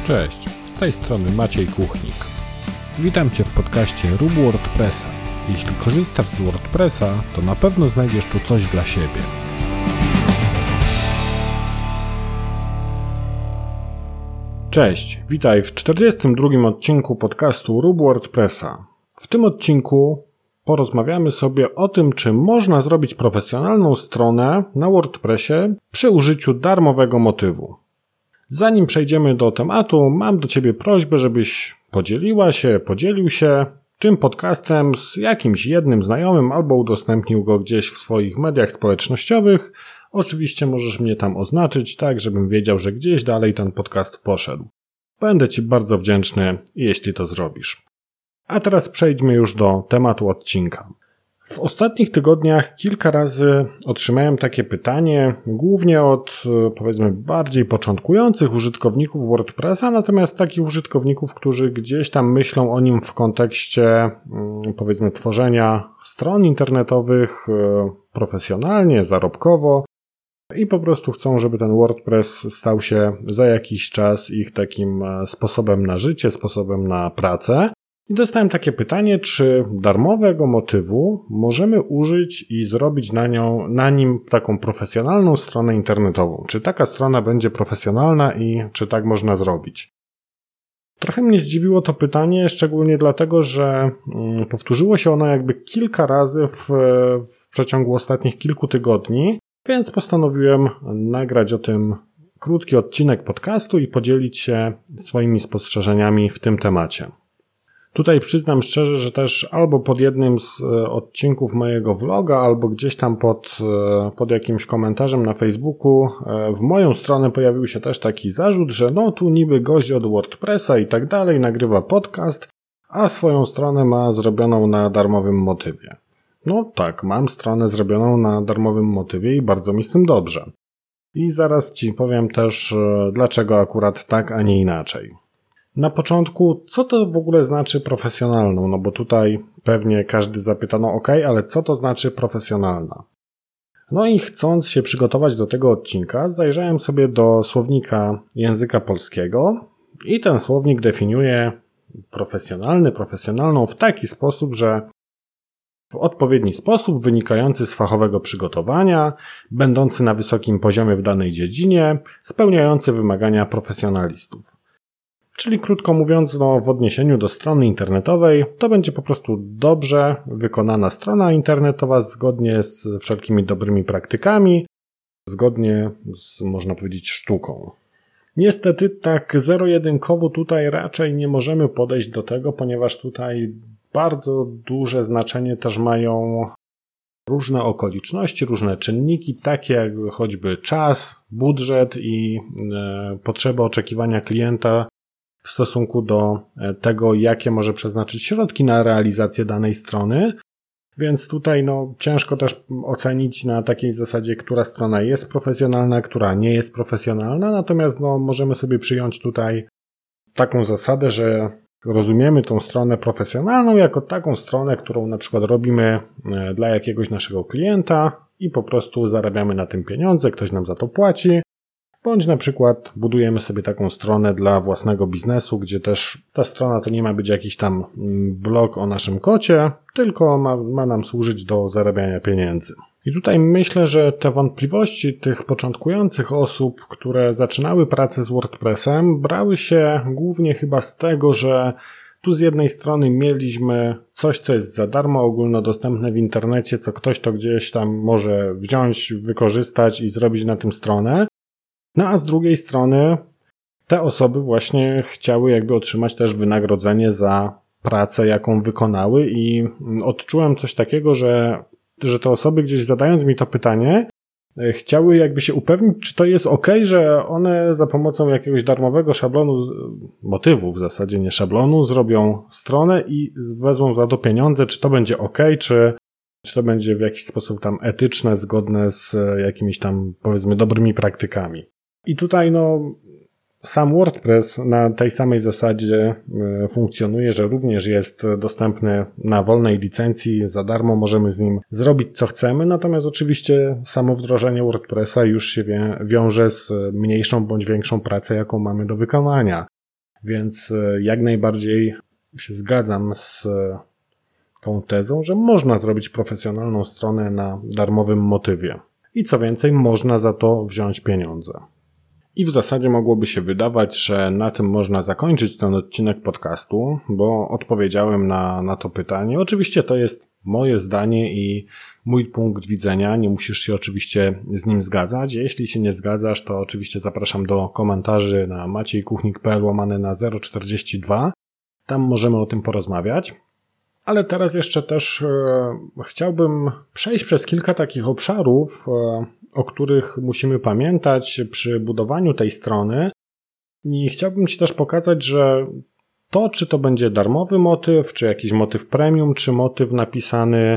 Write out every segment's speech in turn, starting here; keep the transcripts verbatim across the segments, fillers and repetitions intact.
Cześć, z tej strony Maciej Kuchnik. Witam Cię w podcaście Rób WordPressa. Jeśli korzystasz z WordPressa, to na pewno znajdziesz tu coś dla siebie. Cześć, witaj w czterdziestym drugim odcinku podcastu Rób WordPressa. W tym odcinku porozmawiamy sobie o tym, czy można zrobić profesjonalną stronę na WordPressie przy użyciu darmowego motywu. Zanim przejdziemy do tematu, mam do Ciebie prośbę, żebyś podzieliła się, podzielił się tym podcastem z jakimś jednym znajomym albo udostępnił go gdzieś w swoich mediach społecznościowych. Oczywiście możesz mnie tam oznaczyć, tak żebym wiedział, że gdzieś dalej ten podcast poszedł. Będę Ci bardzo wdzięczny, jeśli to zrobisz. A teraz przejdźmy już do tematu odcinka. W ostatnich tygodniach kilka razy otrzymałem takie pytanie, głównie od, powiedzmy, bardziej początkujących użytkowników WordPressa, natomiast takich użytkowników, którzy gdzieś tam myślą o nim w kontekście, powiedzmy, tworzenia stron internetowych profesjonalnie, zarobkowo i po prostu chcą, żeby ten WordPress stał się za jakiś czas ich takim sposobem na życie, sposobem na pracę. I dostałem takie pytanie, czy darmowego motywu możemy użyć i zrobić na nią, na nim taką profesjonalną stronę internetową. Czy taka strona będzie profesjonalna i czy tak można zrobić? Trochę mnie zdziwiło to pytanie, szczególnie dlatego, że powtórzyło się ono jakby kilka razy w, w przeciągu ostatnich kilku tygodni, więc postanowiłem nagrać o tym krótki odcinek podcastu i podzielić się swoimi spostrzeżeniami w tym temacie. Tutaj przyznam szczerze, że też albo pod jednym z odcinków mojego vloga, albo gdzieś tam pod, pod jakimś komentarzem na Facebooku w moją stronę pojawił się też taki zarzut, że no tu niby gość od WordPressa i tak dalej nagrywa podcast, a swoją stronę ma zrobioną na darmowym motywie. No tak, mam stronę zrobioną na darmowym motywie i bardzo mi z tym dobrze. I zaraz Ci powiem też, dlaczego akurat tak, a nie inaczej. Na początku, co to w ogóle znaczy profesjonalną? No bo tutaj pewnie każdy zapyta, no okej, ale co to znaczy profesjonalna? No i chcąc się przygotować do tego odcinka, zajrzałem sobie do słownika języka polskiego i ten słownik definiuje profesjonalny, profesjonalną w taki sposób, że w odpowiedni sposób wynikający z fachowego przygotowania, będący na wysokim poziomie w danej dziedzinie, spełniający wymagania profesjonalistów. Czyli krótko mówiąc, no, w odniesieniu do strony internetowej, to będzie po prostu dobrze wykonana strona internetowa zgodnie z wszelkimi dobrymi praktykami, zgodnie z, można powiedzieć, sztuką. Niestety tak zero-jedynkowo tutaj raczej nie możemy podejść do tego, ponieważ tutaj bardzo duże znaczenie też mają różne okoliczności, różne czynniki, takie jak choćby czas, budżet i e, potrzeby oczekiwania klienta w stosunku do tego, jakie może przeznaczyć środki na realizację danej strony. Więc tutaj no, ciężko też ocenić na takiej zasadzie, która strona jest profesjonalna, która nie jest profesjonalna, natomiast no, możemy sobie przyjąć tutaj taką zasadę, że rozumiemy tą stronę profesjonalną jako taką stronę, którą na przykład robimy dla jakiegoś naszego klienta i po prostu zarabiamy na tym pieniądze, ktoś nam za to płaci. Bądź na przykład budujemy sobie taką stronę dla własnego biznesu, gdzie też ta strona to nie ma być jakiś tam blog o naszym kocie, tylko ma, ma nam służyć do zarabiania pieniędzy. I tutaj myślę, że te wątpliwości tych początkujących osób, które zaczynały pracę z WordPressem, brały się głównie chyba z tego, że tu z jednej strony mieliśmy coś, co jest za darmo, ogólnodostępne w internecie, co ktoś to gdzieś tam może wziąć, wykorzystać i zrobić na tym stronę. No a z drugiej strony te osoby właśnie chciały jakby otrzymać też wynagrodzenie za pracę, jaką wykonały i odczułem coś takiego, że, że te osoby gdzieś zadając mi to pytanie, chciały jakby się upewnić, czy to jest ok, że one za pomocą jakiegoś darmowego szablonu, motywu w zasadzie, nie szablonu, zrobią stronę i wezmą za to pieniądze, czy to będzie ok, czy, czy to będzie w jakiś sposób tam etyczne, zgodne z jakimiś tam, powiedzmy, dobrymi praktykami. I tutaj no sam WordPress na tej samej zasadzie funkcjonuje, że również jest dostępny na wolnej licencji, za darmo możemy z nim zrobić co chcemy, natomiast oczywiście samo wdrożenie WordPressa już się wiąże z mniejszą bądź większą pracą, jaką mamy do wykonania. Więc jak najbardziej się zgadzam z tą tezą, że można zrobić profesjonalną stronę na darmowym motywie. I co więcej, można za to wziąć pieniądze. I w zasadzie mogłoby się wydawać, że na tym można zakończyć ten odcinek podcastu, bo odpowiedziałem na, na to pytanie. Oczywiście to jest moje zdanie i mój punkt widzenia. Nie musisz się oczywiście z nim zgadzać. Jeśli się nie zgadzasz, to oczywiście zapraszam do komentarzy na maciejkuchnik kropka p l łamane na zero czterdzieści dwa. Tam możemy o tym porozmawiać. Ale teraz jeszcze też e, chciałbym przejść przez kilka takich obszarów, e, o których musimy pamiętać przy budowaniu tej strony. I chciałbym Ci też pokazać, że to, czy to będzie darmowy motyw, czy jakiś motyw premium, czy motyw napisany,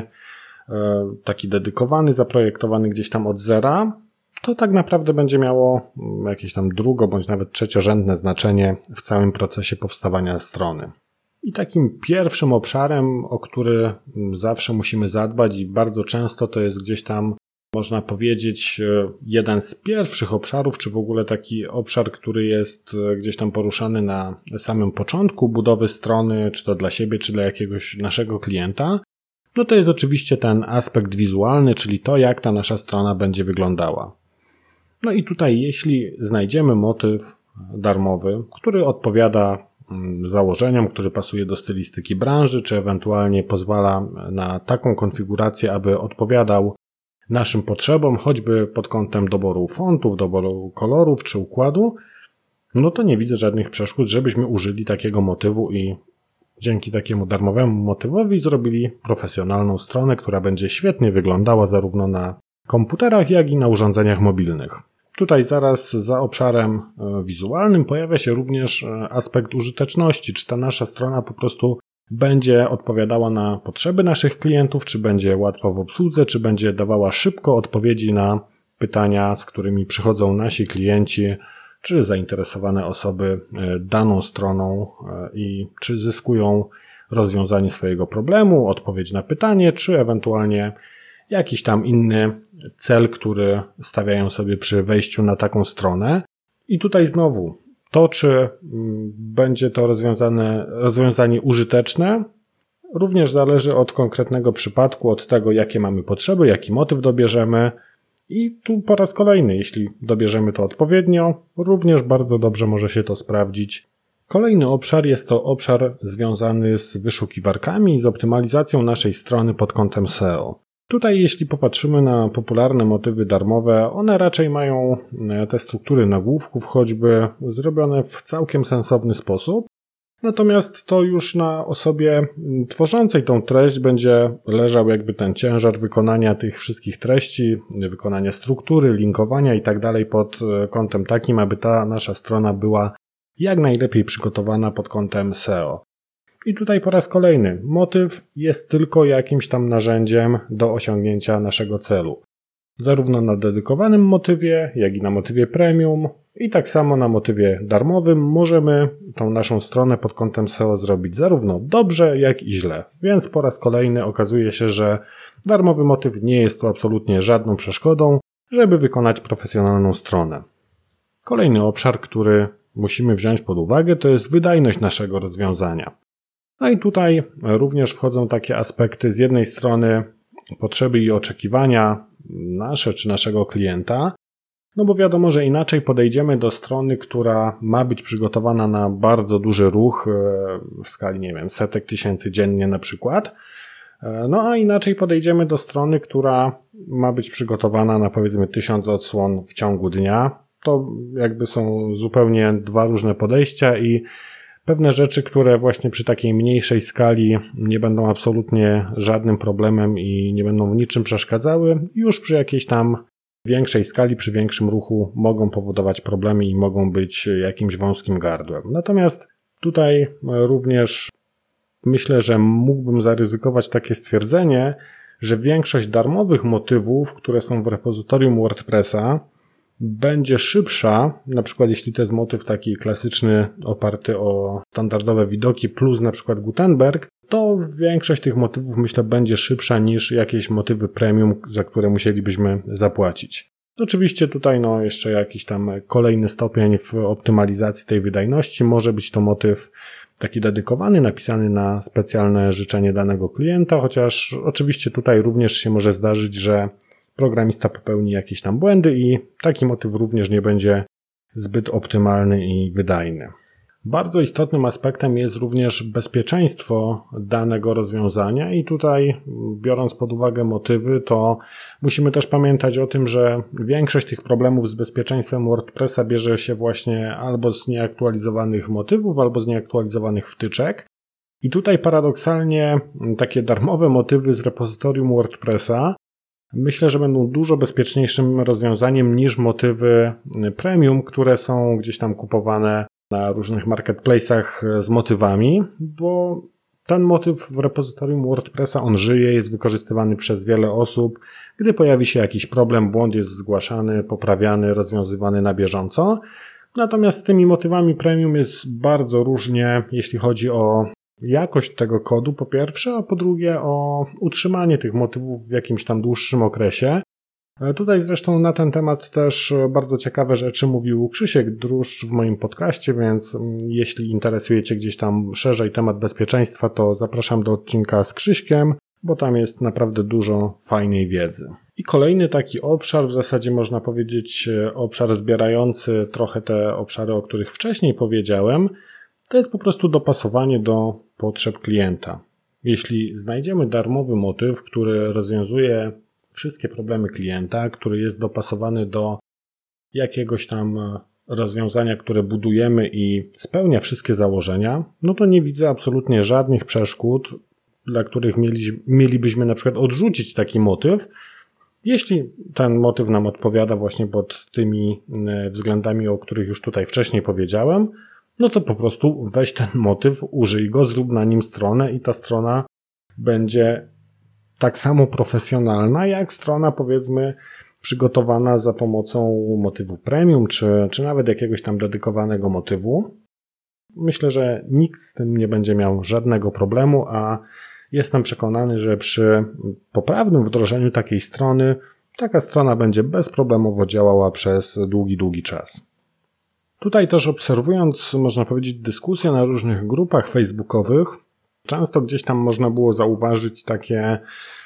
e, taki dedykowany, zaprojektowany gdzieś tam od zera, to tak naprawdę będzie miało jakieś tam drugo- bądź nawet trzeciorzędne znaczenie w całym procesie powstawania strony. I takim pierwszym obszarem, o który zawsze musimy zadbać i bardzo często to jest gdzieś tam, można powiedzieć, jeden z pierwszych obszarów, czy w ogóle taki obszar, który jest gdzieś tam poruszany na samym początku budowy strony, czy to dla siebie, czy dla jakiegoś naszego klienta, no to jest oczywiście ten aspekt wizualny, czyli to, jak ta nasza strona będzie wyglądała. No i tutaj, jeśli znajdziemy motyw darmowy, który odpowiada założeniom, który pasuje do stylistyki branży, czy ewentualnie pozwala na taką konfigurację, aby odpowiadał naszym potrzebom, choćby pod kątem doboru fontów, doboru kolorów czy układu, no to nie widzę żadnych przeszkód, żebyśmy użyli takiego motywu i dzięki takiemu darmowemu motywowi zrobili profesjonalną stronę, która będzie świetnie wyglądała zarówno na komputerach, jak i na urządzeniach mobilnych. Tutaj zaraz za obszarem wizualnym pojawia się również aspekt użyteczności, czy ta nasza strona po prostu będzie odpowiadała na potrzeby naszych klientów, czy będzie łatwa w obsłudze, czy będzie dawała szybko odpowiedzi na pytania, z którymi przychodzą nasi klienci, czy zainteresowane osoby daną stroną i czy zyskują rozwiązanie swojego problemu, odpowiedź na pytanie, czy ewentualnie jakiś tam inny cel, który stawiają sobie przy wejściu na taką stronę. I tutaj znowu to, czy będzie to rozwiązane, rozwiązanie użyteczne, również zależy od konkretnego przypadku, od tego, jakie mamy potrzeby, jaki motyw dobierzemy. I tu po raz kolejny, jeśli dobierzemy to odpowiednio, również bardzo dobrze może się to sprawdzić. Kolejny obszar jest to obszar związany z wyszukiwarkami i z optymalizacją naszej strony pod kątem S E O. Tutaj jeśli popatrzymy na popularne motywy darmowe, one raczej mają te struktury nagłówków choćby zrobione w całkiem sensowny sposób. Natomiast to już na osobie tworzącej tą treść będzie leżał jakby ten ciężar wykonania tych wszystkich treści, wykonania struktury, linkowania i tak dalej pod kątem takim, aby ta nasza strona była jak najlepiej przygotowana pod kątem S E O. I tutaj po raz kolejny, motyw jest tylko jakimś tam narzędziem do osiągnięcia naszego celu. Zarówno na dedykowanym motywie, jak i na motywie premium i tak samo na motywie darmowym możemy tą naszą stronę pod kątem S E O zrobić zarówno dobrze, jak i źle. Więc po raz kolejny okazuje się, że darmowy motyw nie jest tu absolutnie żadną przeszkodą, żeby wykonać profesjonalną stronę. Kolejny obszar, który musimy wziąć pod uwagę, to jest wydajność naszego rozwiązania. No i tutaj również wchodzą takie aspekty z jednej strony potrzeby i oczekiwania nasze czy naszego klienta, no bo wiadomo, że inaczej podejdziemy do strony, która ma być przygotowana na bardzo duży ruch w skali, nie wiem, setek tysięcy dziennie na przykład, no a inaczej podejdziemy do strony, która ma być przygotowana na powiedzmy tysiąc odsłon w ciągu dnia. To jakby są zupełnie dwa różne podejścia i pewne rzeczy, które właśnie przy takiej mniejszej skali nie będą absolutnie żadnym problemem i nie będą niczym przeszkadzały, już przy jakiejś tam większej skali, przy większym ruchu mogą powodować problemy i mogą być jakimś wąskim gardłem. Natomiast tutaj również myślę, że mógłbym zaryzykować takie stwierdzenie, że większość darmowych motywów, które są w repozytorium WordPressa, będzie szybsza, na przykład jeśli to jest motyw taki klasyczny oparty o standardowe widoki plus na przykład Gutenberg, to większość tych motywów myślę będzie szybsza niż jakieś motywy premium, za które musielibyśmy zapłacić. Oczywiście tutaj no jeszcze jakiś tam kolejny stopień w optymalizacji tej wydajności. Może być to motyw taki dedykowany, napisany na specjalne życzenie danego klienta, chociaż oczywiście tutaj również się może zdarzyć, że programista popełni jakieś tam błędy i taki motyw również nie będzie zbyt optymalny i wydajny. Bardzo istotnym aspektem jest również bezpieczeństwo danego rozwiązania i tutaj, biorąc pod uwagę motywy, to musimy też pamiętać o tym, że większość tych problemów z bezpieczeństwem WordPressa bierze się właśnie albo z nieaktualizowanych motywów, albo z nieaktualizowanych wtyczek. I tutaj paradoksalnie takie darmowe motywy z repozytorium WordPressa myślę, że będą dużo bezpieczniejszym rozwiązaniem niż motywy premium, które są gdzieś tam kupowane na różnych marketplace'ach z motywami, bo ten motyw w repozytorium WordPressa, on żyje, jest wykorzystywany przez wiele osób. Gdy pojawi się jakiś problem, błąd jest zgłaszany, poprawiany, rozwiązywany na bieżąco. Natomiast z tymi motywami premium jest bardzo różnie, jeśli chodzi o jakość tego kodu po pierwsze, a po drugie o utrzymanie tych motywów w jakimś tam dłuższym okresie. Tutaj zresztą na ten temat też bardzo ciekawe rzeczy mówił Krzysiek Druszcz w moim podcaście, więc jeśli interesujecie gdzieś tam szerzej temat bezpieczeństwa, to zapraszam do odcinka z Krzyśkiem, bo tam jest naprawdę dużo fajnej wiedzy. I kolejny taki obszar, w zasadzie można powiedzieć obszar zbierający trochę te obszary, o których wcześniej powiedziałem, to jest po prostu dopasowanie do potrzeb klienta. Jeśli znajdziemy darmowy motyw, który rozwiązuje wszystkie problemy klienta, który jest dopasowany do jakiegoś tam rozwiązania, które budujemy i spełnia wszystkie założenia, no to nie widzę absolutnie żadnych przeszkód, dla których mieli, mielibyśmy na przykład odrzucić taki motyw, jeśli ten motyw nam odpowiada właśnie pod tymi względami, o których już tutaj wcześniej powiedziałem, no to po prostu weź ten motyw, użyj go, zrób na nim stronę i ta strona będzie tak samo profesjonalna, jak strona, powiedzmy, przygotowana za pomocą motywu premium, czy, czy nawet jakiegoś tam dedykowanego motywu. Myślę, że nikt z tym nie będzie miał żadnego problemu, a jestem przekonany, że przy poprawnym wdrożeniu takiej strony, taka strona będzie bezproblemowo działała przez długi, długi czas. Tutaj też obserwując, można powiedzieć, dyskusje na różnych grupach facebookowych, często gdzieś tam można było zauważyć takie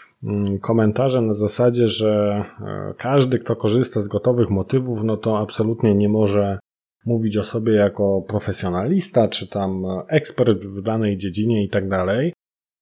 komentarze na zasadzie, że każdy, kto korzysta z gotowych motywów, no to absolutnie nie może mówić o sobie jako profesjonalista, czy tam ekspert w danej dziedzinie i tak dalej.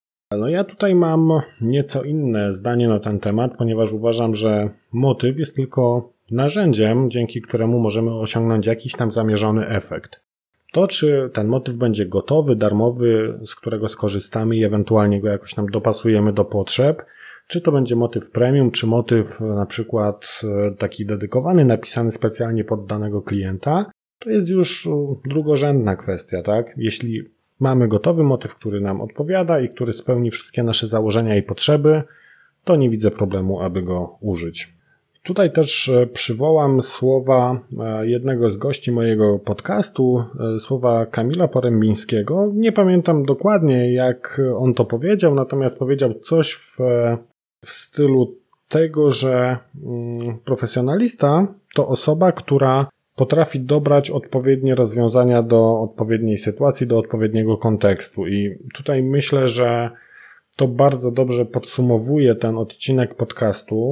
No ja tutaj mam nieco inne zdanie na ten temat, ponieważ uważam, że motyw jest tylko narzędziem, dzięki któremu możemy osiągnąć jakiś tam zamierzony efekt. To, czy ten motyw będzie gotowy, darmowy, z którego skorzystamy i ewentualnie go jakoś tam dopasujemy do potrzeb, czy to będzie motyw premium, czy motyw na przykład taki dedykowany, napisany specjalnie pod danego klienta, to jest już drugorzędna kwestia, tak? Jeśli mamy gotowy motyw, który nam odpowiada i który spełni wszystkie nasze założenia i potrzeby, to nie widzę problemu, aby go użyć. Tutaj też przywołam słowa jednego z gości mojego podcastu, słowa Kamila Porębińskiego. Nie pamiętam dokładnie, jak on to powiedział, natomiast powiedział coś w, w stylu tego, że profesjonalista to osoba, która potrafi dobrać odpowiednie rozwiązania do odpowiedniej sytuacji, do odpowiedniego kontekstu. I tutaj myślę, że to bardzo dobrze podsumowuje ten odcinek podcastu,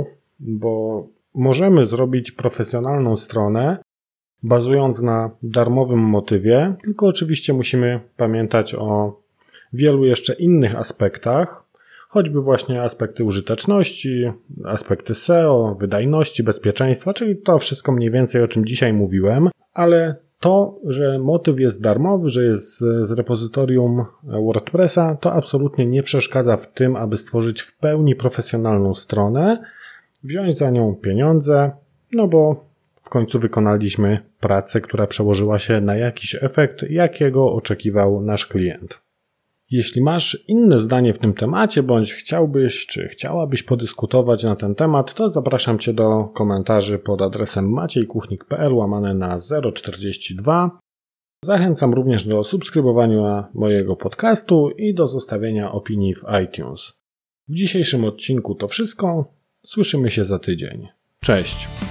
bo możemy zrobić profesjonalną stronę bazując na darmowym motywie, tylko oczywiście musimy pamiętać o wielu jeszcze innych aspektach, choćby właśnie aspekty użyteczności, aspekty S E O, wydajności, bezpieczeństwa, czyli to wszystko mniej więcej, o czym dzisiaj mówiłem, ale to, że motyw jest darmowy, że jest z repozytorium WordPressa, to absolutnie nie przeszkadza w tym, aby stworzyć w pełni profesjonalną stronę, wziąć za nią pieniądze, no bo w końcu wykonaliśmy pracę, która przełożyła się na jakiś efekt, jakiego oczekiwał nasz klient. Jeśli masz inne zdanie w tym temacie, bądź chciałbyś, czy chciałabyś podyskutować na ten temat, to zapraszam Cię do komentarzy pod adresem maciejkuchnik.pl łamane na zero czterdzieści dwa. Zachęcam również do subskrybowania mojego podcastu i do zostawienia opinii w iTunes. W dzisiejszym odcinku to wszystko. Słyszymy się za tydzień. Cześć!